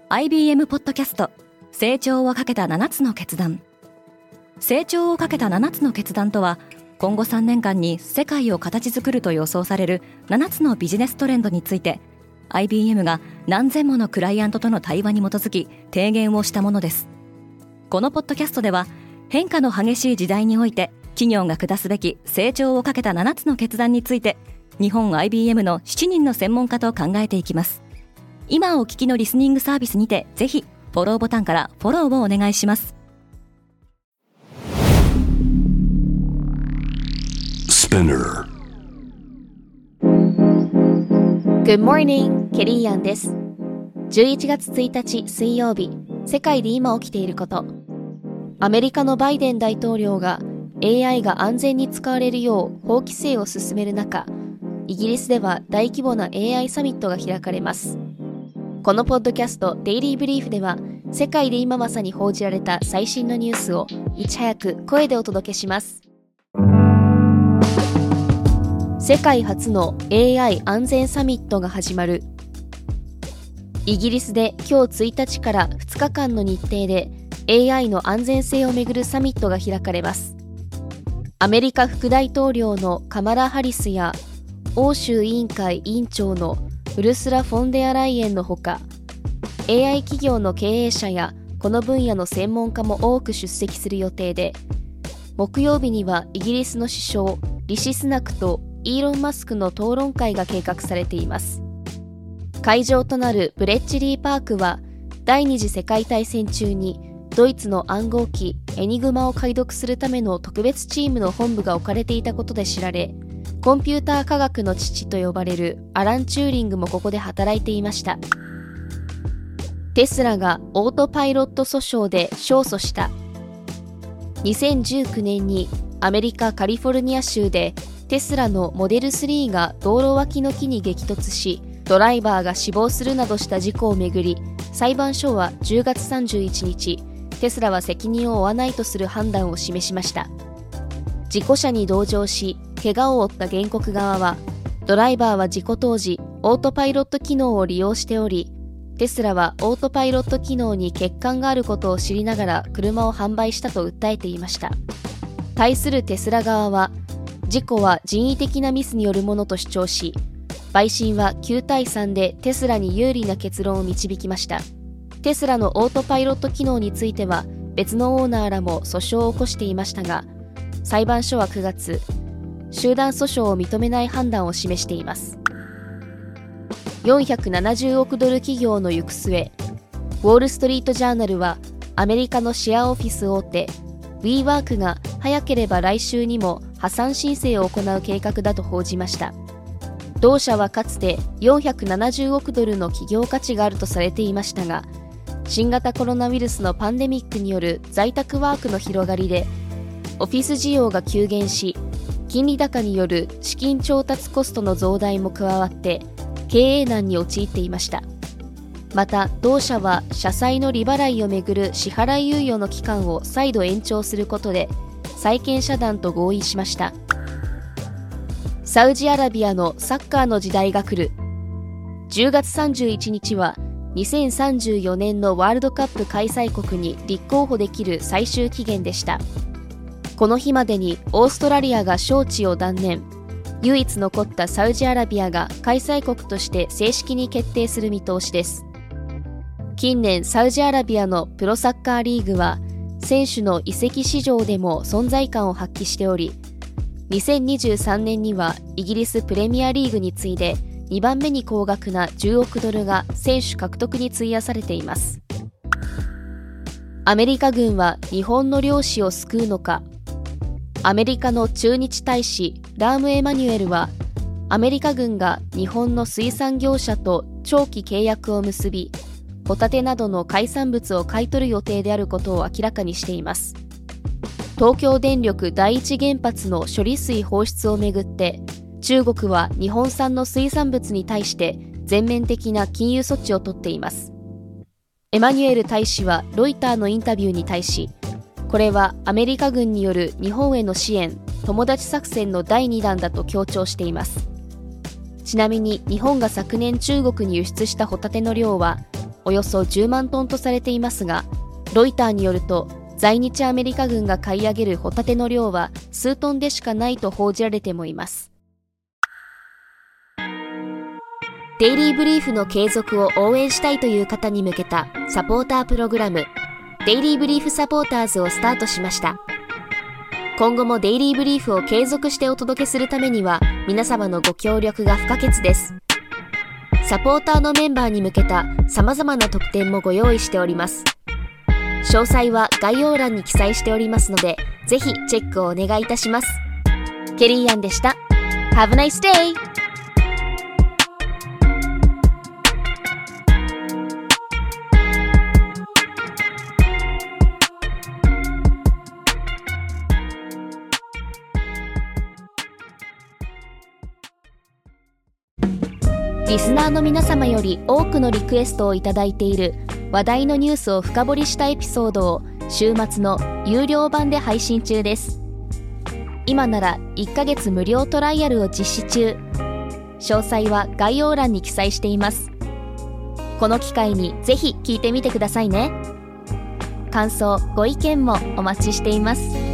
IBM ポッドキャスト成長をかけた7つの決断。成長をかけた7つの決断とは、今後3年間に世界を形作ると予想される7つのビジネストレンドについて IBM が何千ものクライアントとの対話に基づき提言をしたものです。このポッドキャストでは、変化の激しい時代において企業が下すべき成長をかけた7つの決断について、日本 IBM の7人の専門家と考えていきます。今お聞きのリスニングサービスにて、ぜひフォローボタンからフォローをお願いします。 Good morning, ケリーアンです。11月1日水曜日、世界で今起きていること。アメリカのバイデン大統領が AI が安全に使われるよう法規制を進める中、イギリスでは大規模な AI サミットが開かれます。このポッドキャストデイリーブリーフでは、世界で今まさに報じられた最新のニュースをいち早く声でお届けします。世界初の AI 安全サミットが始まる。イギリスで今日1日から2日間の日程で AI の安全性をめぐるサミットが開かれます。アメリカ副大統領のカマラ・ハリスや欧州委員会委員長のウルスラ・フォンデアライエンのほか、 AI 企業の経営者やこの分野の専門家も多く出席する予定で、木曜日にはイギリスの首相リシ・スナクとイーロン・マスクの討論会が計画されています。会場となるブレッジリーパークは、第二次世界大戦中にドイツの暗号機エニグマを解読するための特別チームの本部が置かれていたことで知られ、コンピューター科学の父と呼ばれるアラン・チューリングもここで働いていました。テスラがオートパイロット訴訟で勝訴した。2019年にアメリカカリフォルニア州でテスラのモデル3が道路脇の木に激突し、ドライバーが死亡するなどした事故をめぐり、裁判所は10月31日、テスラは責任を負わないとする判断を示しました。事故車に同乗し、怪我を負った原告側は、ドライバーは事故当時、オートパイロット機能を利用しており、テスラはオートパイロット機能に欠陥があることを知りながら車を販売したと訴えていました。対するテスラ側は、事故は人為的なミスによるものと主張し、陪審は9対3でテスラに有利な結論を導きました。テスラのオートパイロット機能については、別のオーナーらも訴訟を起こしていましたが、裁判所は9月、集団訴訟を認めない判断を示しています。470億ドル企業の行く末、ウォールストリートジャーナルは、アメリカのシェアオフィス大手WeWork が早ければ来週にも破産申請を行う計画だと報じました。同社はかつて470億ドルの企業価値があるとされていましたが、新型コロナウイルスのパンデミックによる在宅ワークの広がりで、オフィス需要が急減し、金利高による資金調達コストの増大も加わって経営難に陥っていました。また同社は社債の利払いをめぐる支払い猶予の期間を再度延長することで債権者団と合意しました。サウジアラビアのサッカーの時代が来る。10月31日は2034年のワールドカップ開催国に立候補できる最終期限でした。この日までにオーストラリアが招致を断念。唯一残ったサウジアラビアが開催国として正式に決定する見通しです。近年サウジアラビアのプロサッカーリーグは選手の移籍市場でも存在感を発揮しており、2023年にはイギリスプレミアリーグに次いで2番目に高額な10億ドルが選手獲得に費やされています。アメリカ軍は日本の漁師を救うのか。アメリカの駐日大使ラーム・エマニュエルは、アメリカ軍が日本の水産業者と長期契約を結び、ホタテなどの海産物を買い取る予定であることを明らかにしています。東京電力第一原発の処理水放出をめぐって、中国は日本産の水産物に対して全面的な禁輸措置を取っています。エマニュエル大使はロイターのインタビューに対し、これはアメリカ軍による日本への支援、友達作戦の第2弾だと強調しています。ちなみに日本が昨年中国に輸出したホタテの量はおよそ10万トンとされていますが、ロイターによると在日アメリカ軍が買い上げるホタテの量は数トンでしかないと報じられてもいます。デイリーブリーフの継続を応援したいという方に向けたサポータープログラム、デイリーブリーフサポーターズをスタートしました。今後もデイリーブリーフを継続してお届けするためには皆様のご協力が不可欠です。サポーターのメンバーに向けた様々な特典もご用意しております。詳細は概要欄に記載しておりますので、ぜひチェックをお願いいたします。ケリーアンでした。Have a nice day! リスナーの皆様より多くのリクエストをいただいている話題のニュースを深掘りしたエピソードを週末の有料版で配信中です。今なら1ヶ月無料トライアルを実施中。詳細は概要欄に記載しています。この機会にぜひ聞いてみてくださいね。感想、ご意見もお待ちしています。